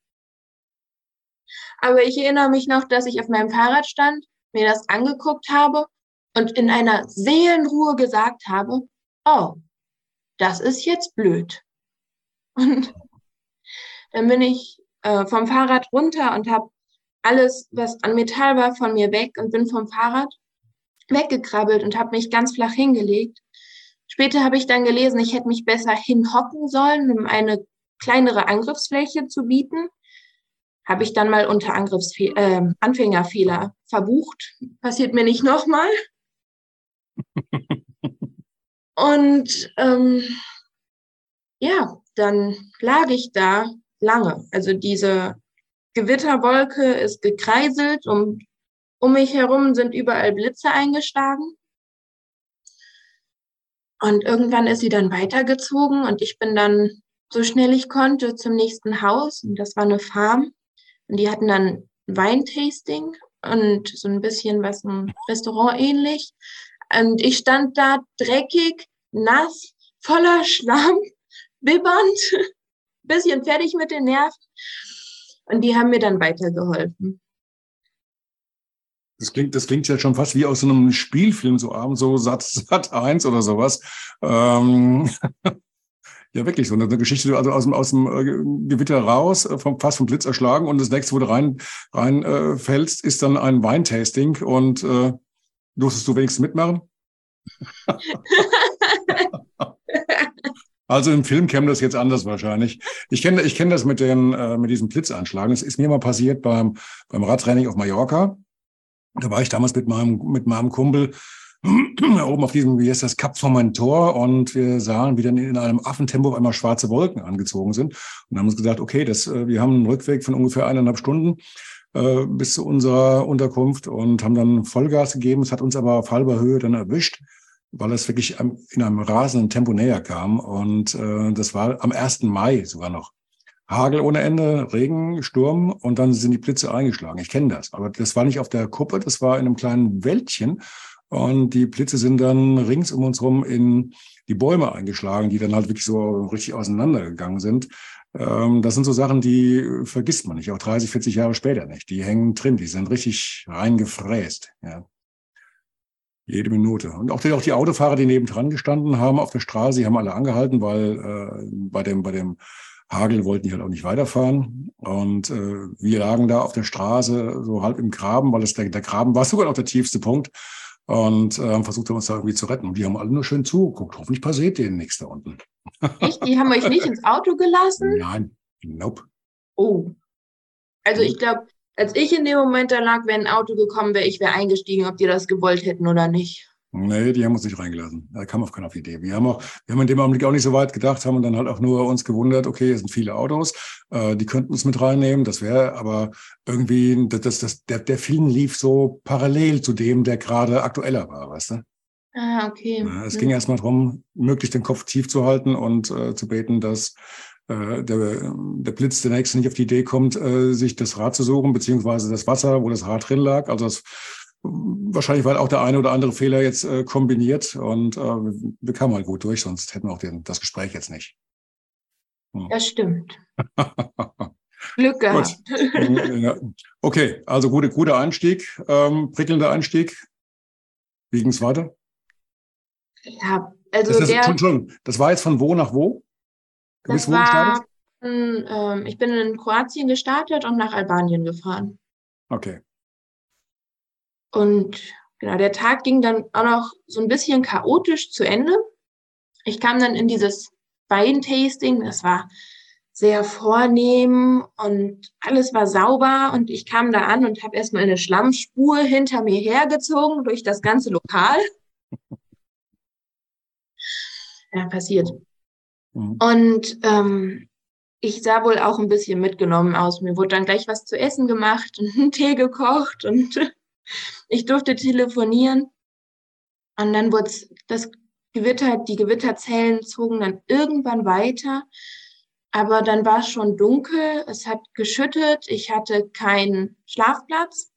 Aber ich erinnere mich noch, dass ich auf meinem Fahrrad stand, mir das angeguckt habe und in einer Seelenruhe gesagt habe, oh, das ist jetzt blöd. Und dann bin ich vom Fahrrad runter und habe alles, was an Metall war, von mir weg und bin vom Fahrrad weggekrabbelt und habe mich ganz flach hingelegt. Später habe ich dann gelesen, ich hätte mich besser hinhocken sollen, um eine kleinere Angriffsfläche zu bieten. Habe ich dann mal unter Anfängerfehler verbucht. Passiert mir nicht nochmal. Und ja, dann lag ich da lange. Also diese Gewitterwolke ist gekreiselt und um mich herum sind überall Blitze eingeschlagen. Und irgendwann ist sie dann weitergezogen und ich bin dann so schnell ich konnte zum nächsten Haus. Und das war eine Farm. Und die hatten dann Weintasting und so ein bisschen was im Restaurant ähnlich. Und ich stand da dreckig, nass, voller Schlamm, bibbernd, bisschen fertig mit den Nerven. Und die haben mir dann weitergeholfen. Das klingt ja schon fast wie aus so einem Spielfilm, so abends, so Sat 1 oder sowas. Ja, wirklich so eine Geschichte, also aus dem Gewitter raus, fast vom Blitz erschlagen und das nächste, wo du rein fällst, ist dann ein Weintasting und durftest du wenigstens mitmachen? Also im Film käme das jetzt anders wahrscheinlich. Ich kenn das mit diesem Blitzanschlagen. Das ist mir mal passiert beim Radtraining auf Mallorca. Da war ich damals mit meinem Kumpel oben auf diesem, wie heißt das, Kap Formentor und wir sahen, wie dann in einem Affentempo auf einmal schwarze Wolken angezogen sind und haben uns gesagt, okay, wir haben einen Rückweg von ungefähr 1,5 Stunden bis zu unserer Unterkunft und haben dann Vollgas gegeben. Es hat uns aber auf halber Höhe dann erwischt, weil es wirklich in einem rasenden Tempo näher kam und das war am 1. Mai sogar noch. Hagel ohne Ende, Regen, Sturm und dann sind die Blitze eingeschlagen. Ich kenne das, aber das war nicht auf der Kuppe, das war in einem kleinen Wäldchen und die Blitze sind dann rings um uns rum in die Bäume eingeschlagen, die dann halt wirklich so richtig auseinandergegangen sind. Das sind so Sachen, die vergisst man nicht, auch 30, 40 Jahre später nicht. Die hängen drin, die sind richtig reingefräst, ja. Jede Minute. Und auch die Autofahrer, die nebendran gestanden haben auf der Straße, die haben alle angehalten, weil bei dem Hagel wollten die halt auch nicht weiterfahren. Und wir lagen da auf der Straße so halb im Graben, weil der Graben war sogar noch der tiefste Punkt. Und haben versucht, uns da irgendwie zu retten. Und die haben alle nur schön zugeguckt. Hoffentlich passiert denen nichts da unten. Echt? Die haben euch nicht ins Auto gelassen? Nein, nope. Oh. Also ich glaube, als ich in dem Moment da lag, wäre ein Auto gekommen, ich wäre eingestiegen, ob die das gewollt hätten oder nicht. Nee, die haben uns nicht reingelassen. Da kam auf keiner Idee. Wir haben in dem Augenblick auch nicht so weit gedacht, haben dann halt auch nur uns gewundert, okay, hier sind viele Autos, die könnten uns mit reinnehmen. Das wäre aber irgendwie, der Film lief so parallel zu dem, der gerade aktueller war, weißt du? Ah, okay. Ja, es ging erstmal darum, möglichst den Kopf tief zu halten und zu beten, dass der Blitz der nächste nicht auf die Idee kommt, sich das Rad zu suchen, beziehungsweise das Wasser, wo das Rad drin lag. Also wahrscheinlich, weil auch der eine oder andere Fehler jetzt kombiniert und wir kamen halt gut durch, sonst hätten wir auch das Gespräch jetzt nicht. Das stimmt. Glück gehabt. Ja. Okay, also guter Einstieg, prickelnder Einstieg. Wie ging es weiter? Ja, also Entschuldigung, das war jetzt von wo nach wo? Du bist wo gestartet? Ich bin in Kroatien gestartet und nach Albanien gefahren. Okay. Und genau, der Tag ging dann auch noch so ein bisschen chaotisch zu Ende. Ich kam dann in dieses Weintasting, das war sehr vornehm und alles war sauber und ich kam da an und habe erstmal eine Schlammspur hinter mir hergezogen durch das ganze Lokal. Ja, passiert. Und ich sah wohl auch ein bisschen mitgenommen aus. Mir wurde dann gleich was zu essen gemacht und einen Tee gekocht und ich durfte telefonieren. Und dann wurde die Gewitterzellen zogen dann irgendwann weiter. Aber dann war es schon dunkel, es hat geschüttet, ich hatte keinen Schlafplatz.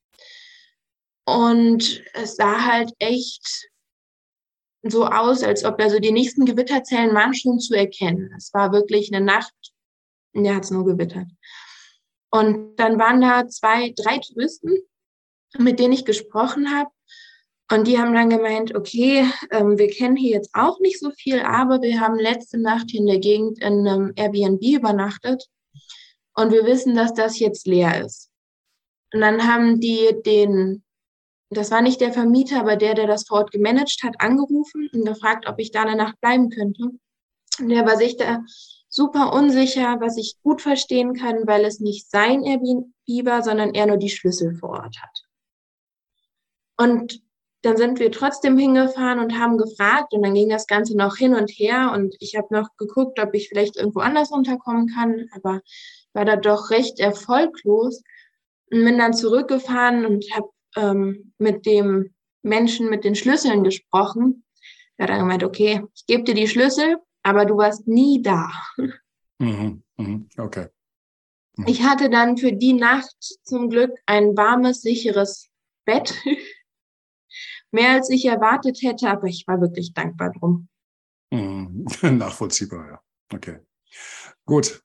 Und es sah halt echt so aus, als ob also die nächsten Gewitterzellen waren schon zu erkennen. Es war wirklich eine Nacht, in der hat es nur gewittert. Und dann waren da 2, 3 Touristen, mit denen ich gesprochen habe. Und die haben dann gemeint, okay, wir kennen hier jetzt auch nicht so viel, aber wir haben letzte Nacht hier in der Gegend in einem Airbnb übernachtet. Und wir wissen, dass das jetzt leer ist. Und dann haben das war nicht der Vermieter, aber der das vor Ort gemanagt hat, angerufen und gefragt, ob ich da eine Nacht bleiben könnte. Und der war sich da super unsicher, was ich gut verstehen kann, weil es nicht sein Airbnb war, sondern er nur die Schlüssel vor Ort hat. Und dann sind wir trotzdem hingefahren und haben gefragt und dann ging das Ganze noch hin und her und ich habe noch geguckt, ob ich vielleicht irgendwo anders unterkommen kann, aber war da doch recht erfolglos und bin dann zurückgefahren und habe mit dem Menschen mit den Schlüsseln gesprochen. Der hat dann gemeint, okay, ich gebe dir die Schlüssel, aber du warst nie da. Okay. Ich hatte dann für die Nacht zum Glück ein warmes, sicheres Bett. Mehr als ich erwartet hätte, aber ich war wirklich dankbar drum. Nachvollziehbar, ja. Okay. Gut.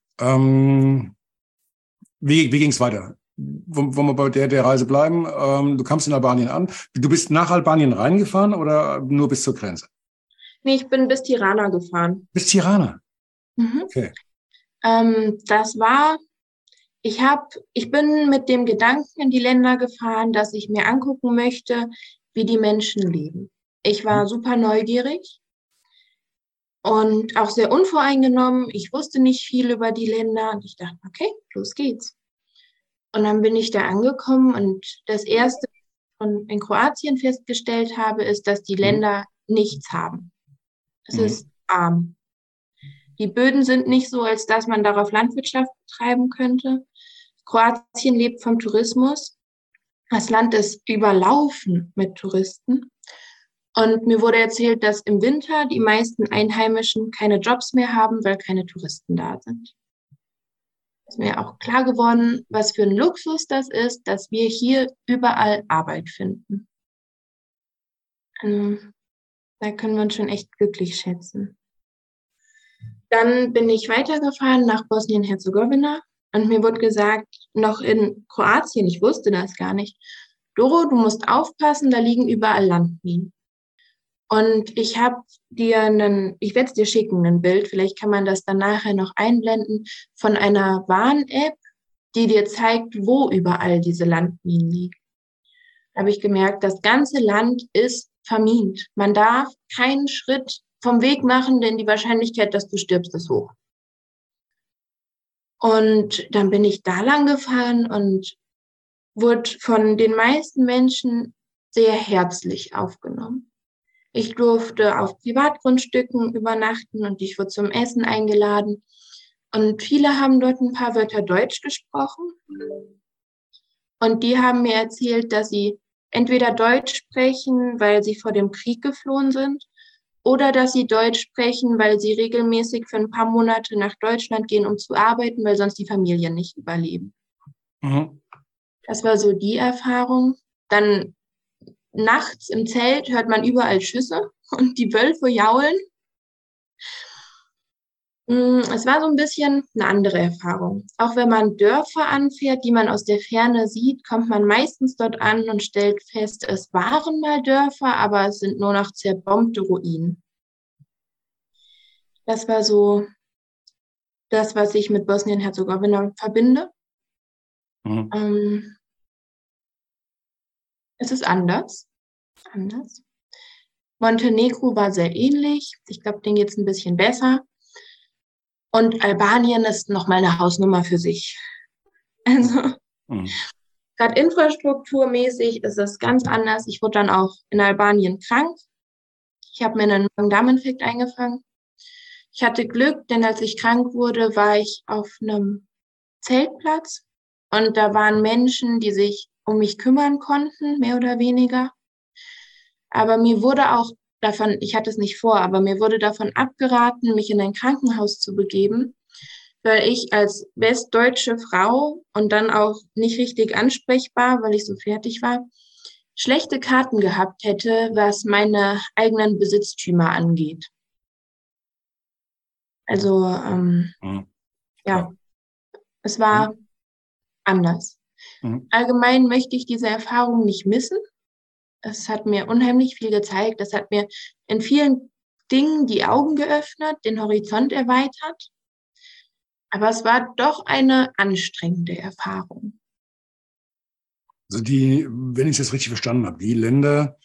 Wie ging es weiter? Wollen wir bei der Reise bleiben? Du kamst in Albanien an. Du bist nach Albanien reingefahren oder nur bis zur Grenze? Nee, ich bin bis Tirana gefahren. Bis Tirana? Okay. Ich bin mit dem Gedanken in die Länder gefahren, dass ich mir angucken möchte, wie die Menschen leben. Ich war super neugierig und auch sehr unvoreingenommen. Ich wusste nicht viel über die Länder und ich dachte, okay, los geht's. Und dann bin ich da angekommen und das Erste, was ich in Kroatien festgestellt habe, ist, dass die Länder nichts haben. Es ist arm. Die Böden sind nicht so, als dass man darauf Landwirtschaft betreiben könnte. Kroatien lebt vom Tourismus. Das Land ist überlaufen mit Touristen. Und mir wurde erzählt, dass im Winter die meisten Einheimischen keine Jobs mehr haben, weil keine Touristen da sind. Ist mir auch klar geworden, was für ein Luxus das ist, dass wir hier überall Arbeit finden. Da können wir uns schon echt glücklich schätzen. Dann bin ich weitergefahren nach Bosnien-Herzegowina und mir wurde gesagt, noch in Kroatien, ich wusste das gar nicht, Doro, du musst aufpassen, da liegen überall Landminen. Und ich werde es dir schicken, ein Bild, vielleicht kann man das dann nachher noch einblenden, von einer Warn-App, die dir zeigt, wo überall diese Landminen liegen. Da habe ich gemerkt, das ganze Land ist vermint. Man darf keinen Schritt vom Weg machen, denn die Wahrscheinlichkeit, dass du stirbst, ist hoch. Und dann bin ich da lang gefahren und wurde von den meisten Menschen sehr herzlich aufgenommen. Ich durfte auf Privatgrundstücken übernachten und ich wurde zum Essen eingeladen. Und viele haben dort ein paar Wörter Deutsch gesprochen. Und die haben mir erzählt, dass sie entweder Deutsch sprechen, weil sie vor dem Krieg geflohen sind, oder dass sie Deutsch sprechen, weil sie regelmäßig für ein paar Monate nach Deutschland gehen, um zu arbeiten, weil sonst die Familien nicht überleben. Das war so die Erfahrung. Dann nachts im Zelt hört man überall Schüsse und die Wölfe jaulen. Es war so ein bisschen eine andere Erfahrung. Auch wenn man Dörfer anfährt, die man aus der Ferne sieht, kommt man meistens dort an und stellt fest, es waren mal Dörfer, aber es sind nur noch zerbombte Ruinen. Das war so das, was ich mit Bosnien-Herzegowina verbinde. Mhm. Es ist anders. Montenegro war sehr ähnlich. Ich glaube, denen geht es ein bisschen besser. Und Albanien ist nochmal eine Hausnummer für sich. Also, gerade infrastrukturmäßig ist es ganz anders. Ich wurde dann auch in Albanien krank. Ich habe mir einen Magen-Darm-Infekt eingefangen. Ich hatte Glück, denn als ich krank wurde, war ich auf einem Zeltplatz und da waren Menschen, die sich um mich kümmern konnten, mehr oder weniger. Aber mir wurde auch davon, ich hatte es nicht vor, aber mir wurde davon abgeraten, mich in ein Krankenhaus zu begeben, weil ich als westdeutsche Frau und dann auch nicht richtig ansprechbar, weil ich so fertig war, schlechte Karten gehabt hätte, was meine eigenen Besitztümer angeht. Also, ja, es war anders. Allgemein möchte ich diese Erfahrung nicht missen. Es hat mir unheimlich viel gezeigt. Es hat mir in vielen Dingen die Augen geöffnet, den Horizont erweitert. Aber es war doch eine anstrengende Erfahrung. Also wenn ich das richtig verstanden habe, die Länder,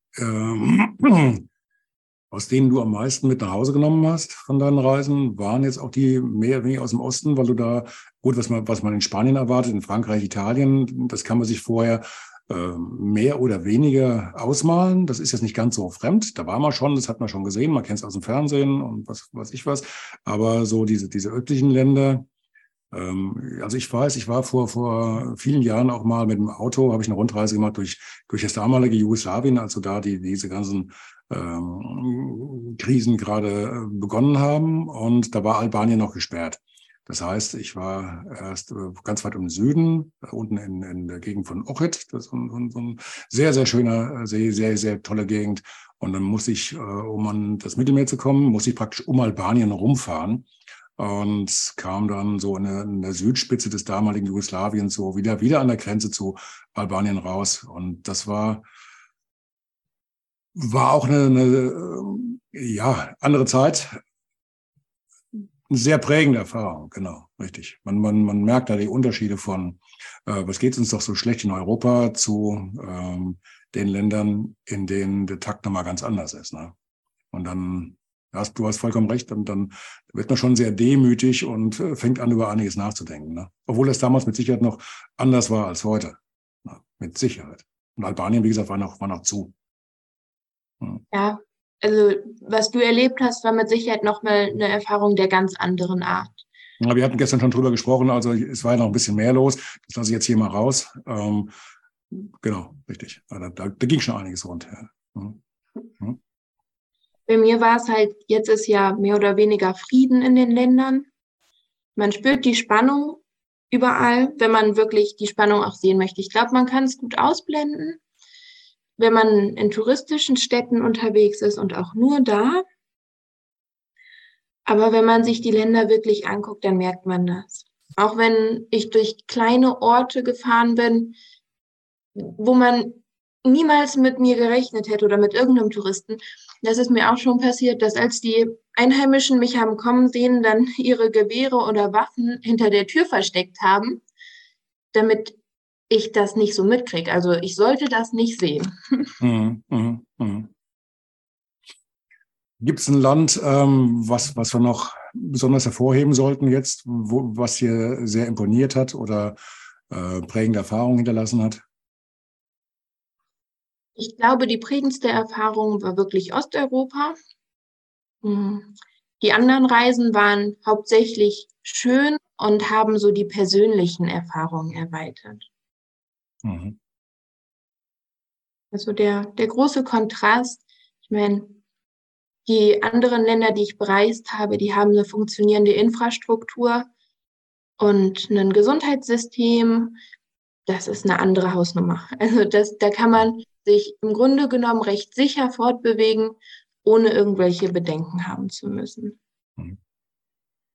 aus denen du am meisten mit nach Hause genommen hast von deinen Reisen, waren jetzt auch die mehr oder weniger aus dem Osten, weil du da, gut, was man in Spanien erwartet, in Frankreich, Italien, das kann man sich vorher mehr oder weniger ausmalen. Das ist jetzt nicht ganz so fremd. Da war man schon, das hat man schon gesehen, man kennt es aus dem Fernsehen und was. Aber so diese östlichen Länder, also ich war vor vielen Jahren auch mal mit dem Auto, habe ich eine Rundreise gemacht durch das damalige Jugoslawien, also da diese ganzen Krisen gerade begonnen haben, und da war Albanien noch gesperrt. Das heißt, ich war erst ganz weit im Süden, unten in der Gegend von Ohrid. Das ist so ein sehr, sehr schöner See, sehr, sehr tolle Gegend. Und dann musste ich, um an das Mittelmeer zu kommen, musste ich praktisch um Albanien rumfahren und kam dann so in der Südspitze des damaligen Jugoslawiens so wieder an der Grenze zu Albanien raus. Und das war auch eine andere Zeit. Eine sehr prägende Erfahrung, genau, richtig. Man merkt da die Unterschiede von, was geht uns doch so schlecht in Europa, zu den Ländern, in denen der Takt nochmal ganz anders ist. Ne? Und dann, du hast vollkommen recht, und dann wird man schon sehr demütig und fängt an, über einiges nachzudenken. Ne? Obwohl das damals mit Sicherheit noch anders war als heute. Ne? Mit Sicherheit. Und Albanien, wie gesagt, war noch zu. Ja. Also, was du erlebt hast, war mit Sicherheit nochmal eine Erfahrung der ganz anderen Art. Ja, wir hatten gestern schon drüber gesprochen, also es war ja noch ein bisschen mehr los. Das lasse ich jetzt hier mal raus. Genau, richtig. Da ging schon einiges rund. Ja. Bei mir war es halt, jetzt ist ja mehr oder weniger Frieden in den Ländern. Man spürt die Spannung überall, wenn man wirklich die Spannung auch sehen möchte. Ich glaube, man kann es gut ausblenden, wenn man in touristischen Städten unterwegs ist und auch nur da. Aber wenn man sich die Länder wirklich anguckt, dann merkt man das. Auch wenn ich durch kleine Orte gefahren bin, wo man niemals mit mir gerechnet hätte oder mit irgendeinem Touristen, das ist mir auch schon passiert, dass als die Einheimischen mich haben kommen sehen, dann ihre Gewehre oder Waffen hinter der Tür versteckt haben, damit ich das nicht so mitkriege. Also ich sollte das nicht sehen. Gibt es ein Land, was wir noch besonders hervorheben sollten jetzt, was dir sehr imponiert hat oder prägende Erfahrungen hinterlassen hat? Ich glaube, die prägendste Erfahrung war wirklich Osteuropa. Die anderen Reisen waren hauptsächlich schön und haben so die persönlichen Erfahrungen erweitert. Also der große Kontrast, ich meine, die anderen Länder, die ich bereist habe, die haben eine funktionierende Infrastruktur und ein Gesundheitssystem. Das ist eine andere Hausnummer. Also da kann man sich im Grunde genommen recht sicher fortbewegen, ohne irgendwelche Bedenken haben zu müssen.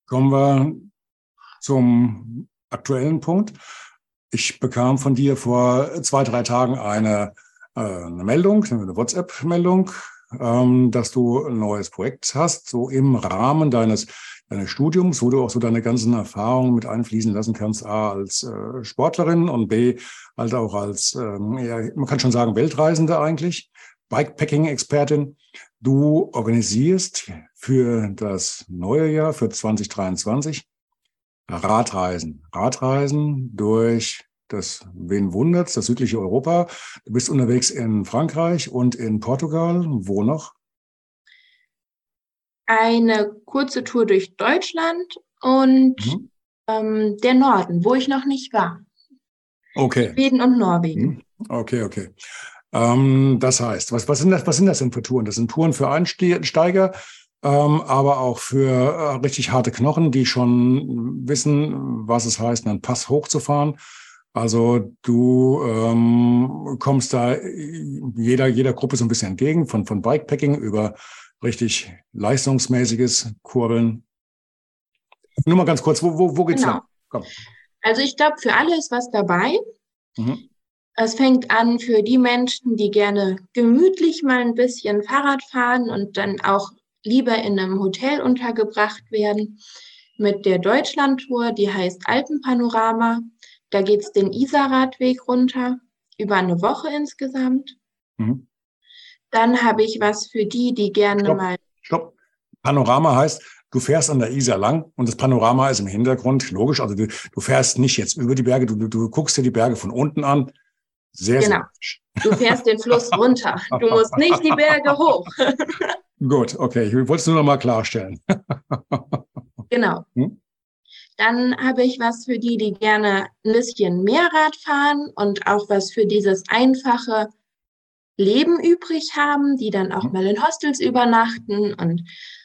Kommen wir zum aktuellen Punkt. Ich bekam von dir vor 2-3 Tagen eine Meldung, eine WhatsApp-Meldung, dass du ein neues Projekt hast, so im Rahmen deines Studiums, wo du auch so deine ganzen Erfahrungen mit einfließen lassen kannst, A, als Sportlerin und B, halt auch als, man kann schon sagen, Weltreisende eigentlich, Bikepacking-Expertin. Du organisierst für das neue Jahr, für 2023, Radreisen durch das, wen wundert's, das südliche Europa. Du bist unterwegs in Frankreich und in Portugal. Wo noch? Eine kurze Tour durch Deutschland und der Norden, wo ich noch nicht war. Okay. Schweden und Norwegen. Okay. Das heißt, was sind das denn für Touren? Das sind Touren für Einsteiger, aber auch für richtig harte Knochen, die schon wissen, was es heißt, einen Pass hochzufahren. Also du kommst da jeder Gruppe so ein bisschen entgegen, von Bikepacking über richtig leistungsmäßiges Kurbeln. Nur mal ganz kurz, wo geht's lang? Komm. Also ich glaube, für alle ist was dabei. Es fängt an für die Menschen, die gerne gemütlich mal ein bisschen Fahrrad fahren und dann auch lieber in einem Hotel untergebracht werden, mit der Deutschlandtour, die heißt Alpenpanorama. Da geht's den Isarradweg runter, über eine Woche insgesamt. Dann habe ich was für die gerne Stopp. Panorama heißt, du fährst an der Isar lang und das Panorama ist im Hintergrund, logisch. Also du fährst nicht jetzt über die Berge, du guckst dir die Berge von unten an. Sehr, genau. Du fährst den Fluss runter. Du musst nicht die Berge hoch. Gut, okay. Ich wollte es nur noch mal klarstellen. Genau. Dann habe ich was für die gerne ein bisschen mehr Rad fahren und auch was für dieses einfache Leben übrig haben, die dann auch mal in Hostels übernachten und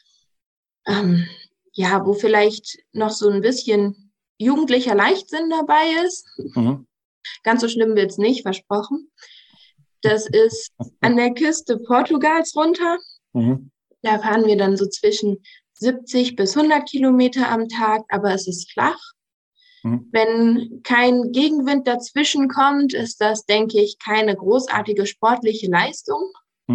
wo vielleicht noch so ein bisschen jugendlicher Leichtsinn dabei ist. Ganz so schlimm wird's nicht, versprochen. Das ist an der Küste Portugals runter. Da fahren wir dann so zwischen 70 bis 100 Kilometer am Tag, aber es ist flach. Wenn kein Gegenwind dazwischen kommt, ist das, denke ich, keine großartige sportliche Leistung.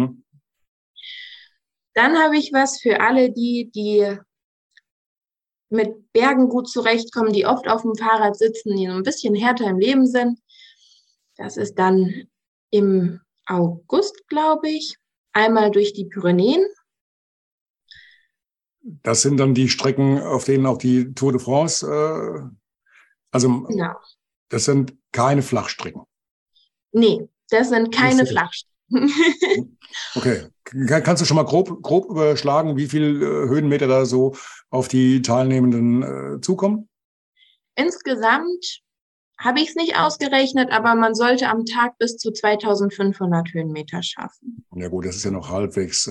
Dann habe ich was für alle, die mit Bergen gut zurechtkommen, die oft auf dem Fahrrad sitzen, die so ein bisschen härter im Leben sind. Das ist dann im August, glaube ich, einmal durch die Pyrenäen. Das sind dann die Strecken, auf denen auch die Tour de France, genau. Das sind keine Flachstrecken. Nee, das sind keine Flachstrecken. Okay. Kannst du schon mal grob überschlagen, wie viel Höhenmeter da so auf die Teilnehmenden zukommen? Insgesamt habe ich es nicht ausgerechnet, aber man sollte am Tag bis zu 2500 Höhenmeter schaffen. Ja gut, das ist ja noch halbwegs...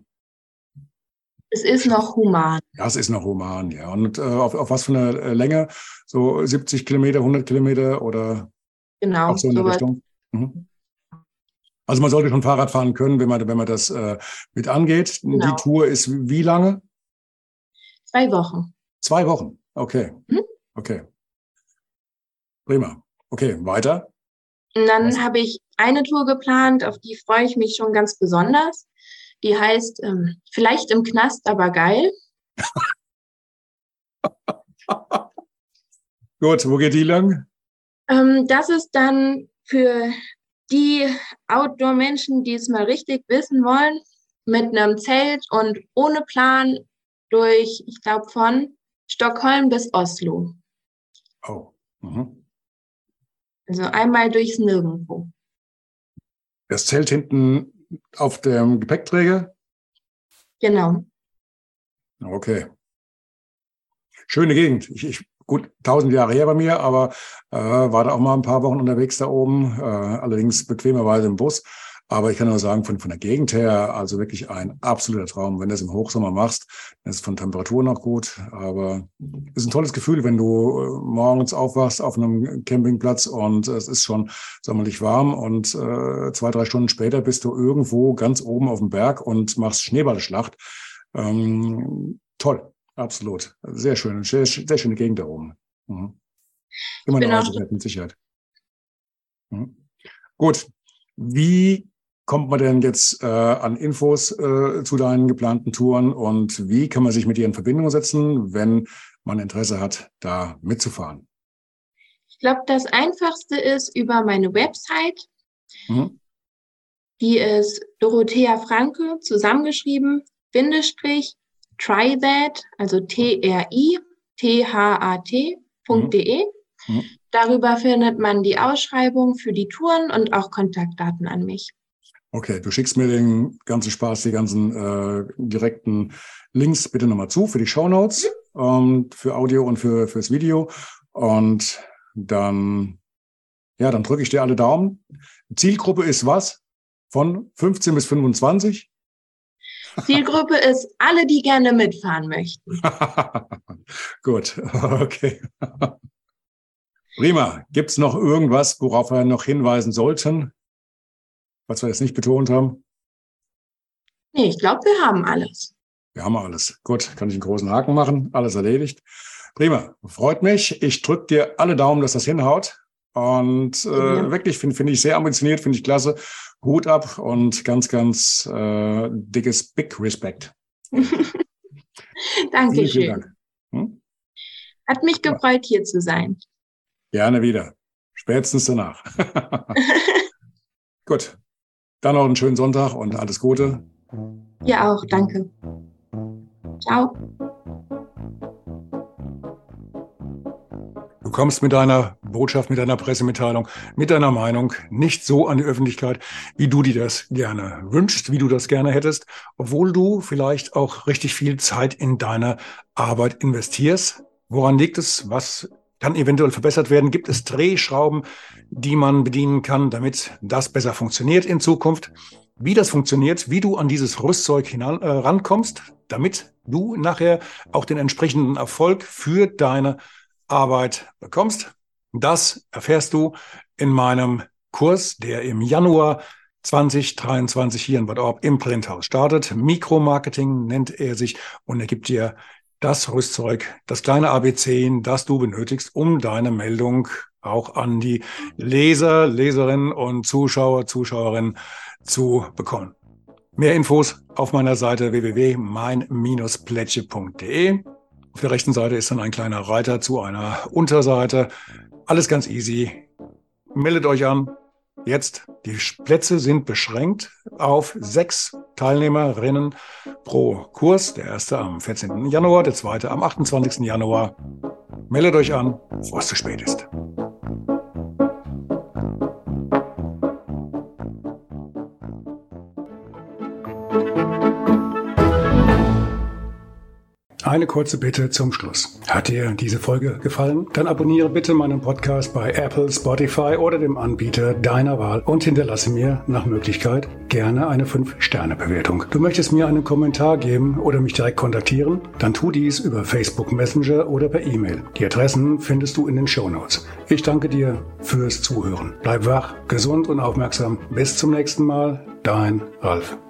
Es ist noch human. Ja, es ist noch human, ja. Und auf was für eine Länge? So 70 Kilometer, 100 Kilometer oder genau, auch so in der Richtung? Also man sollte schon Fahrrad fahren können, wenn man das mit angeht. Genau. Die Tour ist wie lange? 2 Wochen. 2 Wochen, okay. Okay. Prima. Okay, weiter? Und dann habe ich eine Tour geplant, auf die freue ich mich schon ganz besonders. Die heißt, vielleicht im Knast, aber geil. Gut, wo geht die lang? Das ist dann für die Outdoor-Menschen, die es mal richtig wissen wollen, mit einem Zelt und ohne Plan durch, ich glaube, von Stockholm bis Oslo. Oh. Also einmal durchs Nirgendwo. Das Zelt hinten auf dem Gepäckträger? Genau. Okay. Schöne Gegend. Gut, 1000 Jahre her bei mir, aber war da auch mal ein paar Wochen unterwegs da oben, allerdings bequemerweise im Bus. Aber ich kann nur sagen, von der Gegend her, also wirklich ein absoluter Traum. Wenn du es im Hochsommer machst, dann ist es von Temperatur noch gut. Aber es ist ein tolles Gefühl, wenn du morgens aufwachst auf einem Campingplatz und es ist schon sommerlich warm und 2-3 Stunden später bist du irgendwo ganz oben auf dem Berg und machst Schneeballschlacht. Toll. absolut. Sehr schön. Sehr, sehr schöne Gegend da oben. Mhm. Immer eine Reise wert, mit Sicherheit. Mhm. Gut. Wie kommt man denn jetzt an Infos zu deinen geplanten Touren und wie kann man sich mit dir in Verbindung setzen, wenn man Interesse hat, da mitzufahren? Ich glaube, das Einfachste ist über meine Website. Mhm. Die ist Dorothea Franke, zusammengeschrieben, Bindestrich, trythat, also TRITHAT.de. Mhm. Darüber findet man die Ausschreibung für die Touren und auch Kontaktdaten an mich. Okay, du schickst mir den ganzen Spaß, die ganzen direkten Links bitte nochmal zu für die Shownotes, für Audio und fürs Video. Und dann drücke ich dir alle Daumen. Zielgruppe ist was? Von 15 bis 25? Zielgruppe ist alle, die gerne mitfahren möchten. Gut, okay. Prima. Gibt es noch irgendwas, worauf wir noch hinweisen sollten, was wir jetzt nicht betont haben? Nee, ich glaube, wir haben alles. Wir haben alles. Gut, kann ich einen großen Haken machen. Alles erledigt. Prima. Freut mich. Ich drücke dir alle Daumen, dass das hinhaut. Und wirklich finde ich sehr ambitioniert, finde ich klasse. Hut ab und ganz, ganz dickes Big Respect. Dankeschön. Vielen Dank. Hat mich gefreut, hier zu sein. Gerne wieder. Spätestens danach. Gut. Dann noch einen schönen Sonntag und alles Gute. Ja auch, danke. Ciao. Du kommst mit deiner Botschaft, mit deiner Pressemitteilung, mit deiner Meinung nicht so an die Öffentlichkeit, wie du dir das gerne wünschst, wie du das gerne hättest, obwohl du vielleicht auch richtig viel Zeit in deine Arbeit investierst. Woran liegt es? Was kann eventuell verbessert werden? Gibt es Drehschrauben, die man bedienen kann, damit das besser funktioniert in Zukunft? Wie das funktioniert, wie du an dieses Rüstzeug rankommst, damit du nachher auch den entsprechenden Erfolg für deine Arbeit bekommst, das erfährst du in meinem Kurs, der im Januar 2023 hier in Bad Orb im Printhaus startet. Mikromarketing nennt er sich und er gibt dir das Rüstzeug, das kleine ABC, das du benötigst, um deine Meldung auch an die Leser, Leserinnen und Zuschauer, Zuschauerinnen zu bekommen. Mehr Infos auf meiner Seite www.mein-plätsche.de. Auf der rechten Seite ist dann ein kleiner Reiter zu einer Unterseite. Alles ganz easy. Meldet euch an. Jetzt, die Plätze sind beschränkt auf 6 Teilnehmerinnen pro Kurs. Der erste am 14. Januar, der zweite am 28. Januar. Meldet euch an, bevor es zu spät ist. Eine kurze Bitte zum Schluss. Hat dir diese Folge gefallen? Dann abonniere bitte meinen Podcast bei Apple, Spotify oder dem Anbieter deiner Wahl und hinterlasse mir nach Möglichkeit gerne eine 5-Sterne-Bewertung. Du möchtest mir einen Kommentar geben oder mich direkt kontaktieren? Dann tu dies über Facebook Messenger oder per E-Mail. Die Adressen findest du in den Shownotes. Ich danke dir fürs Zuhören. Bleib wach, gesund und aufmerksam. Bis zum nächsten Mal. Dein Ralf.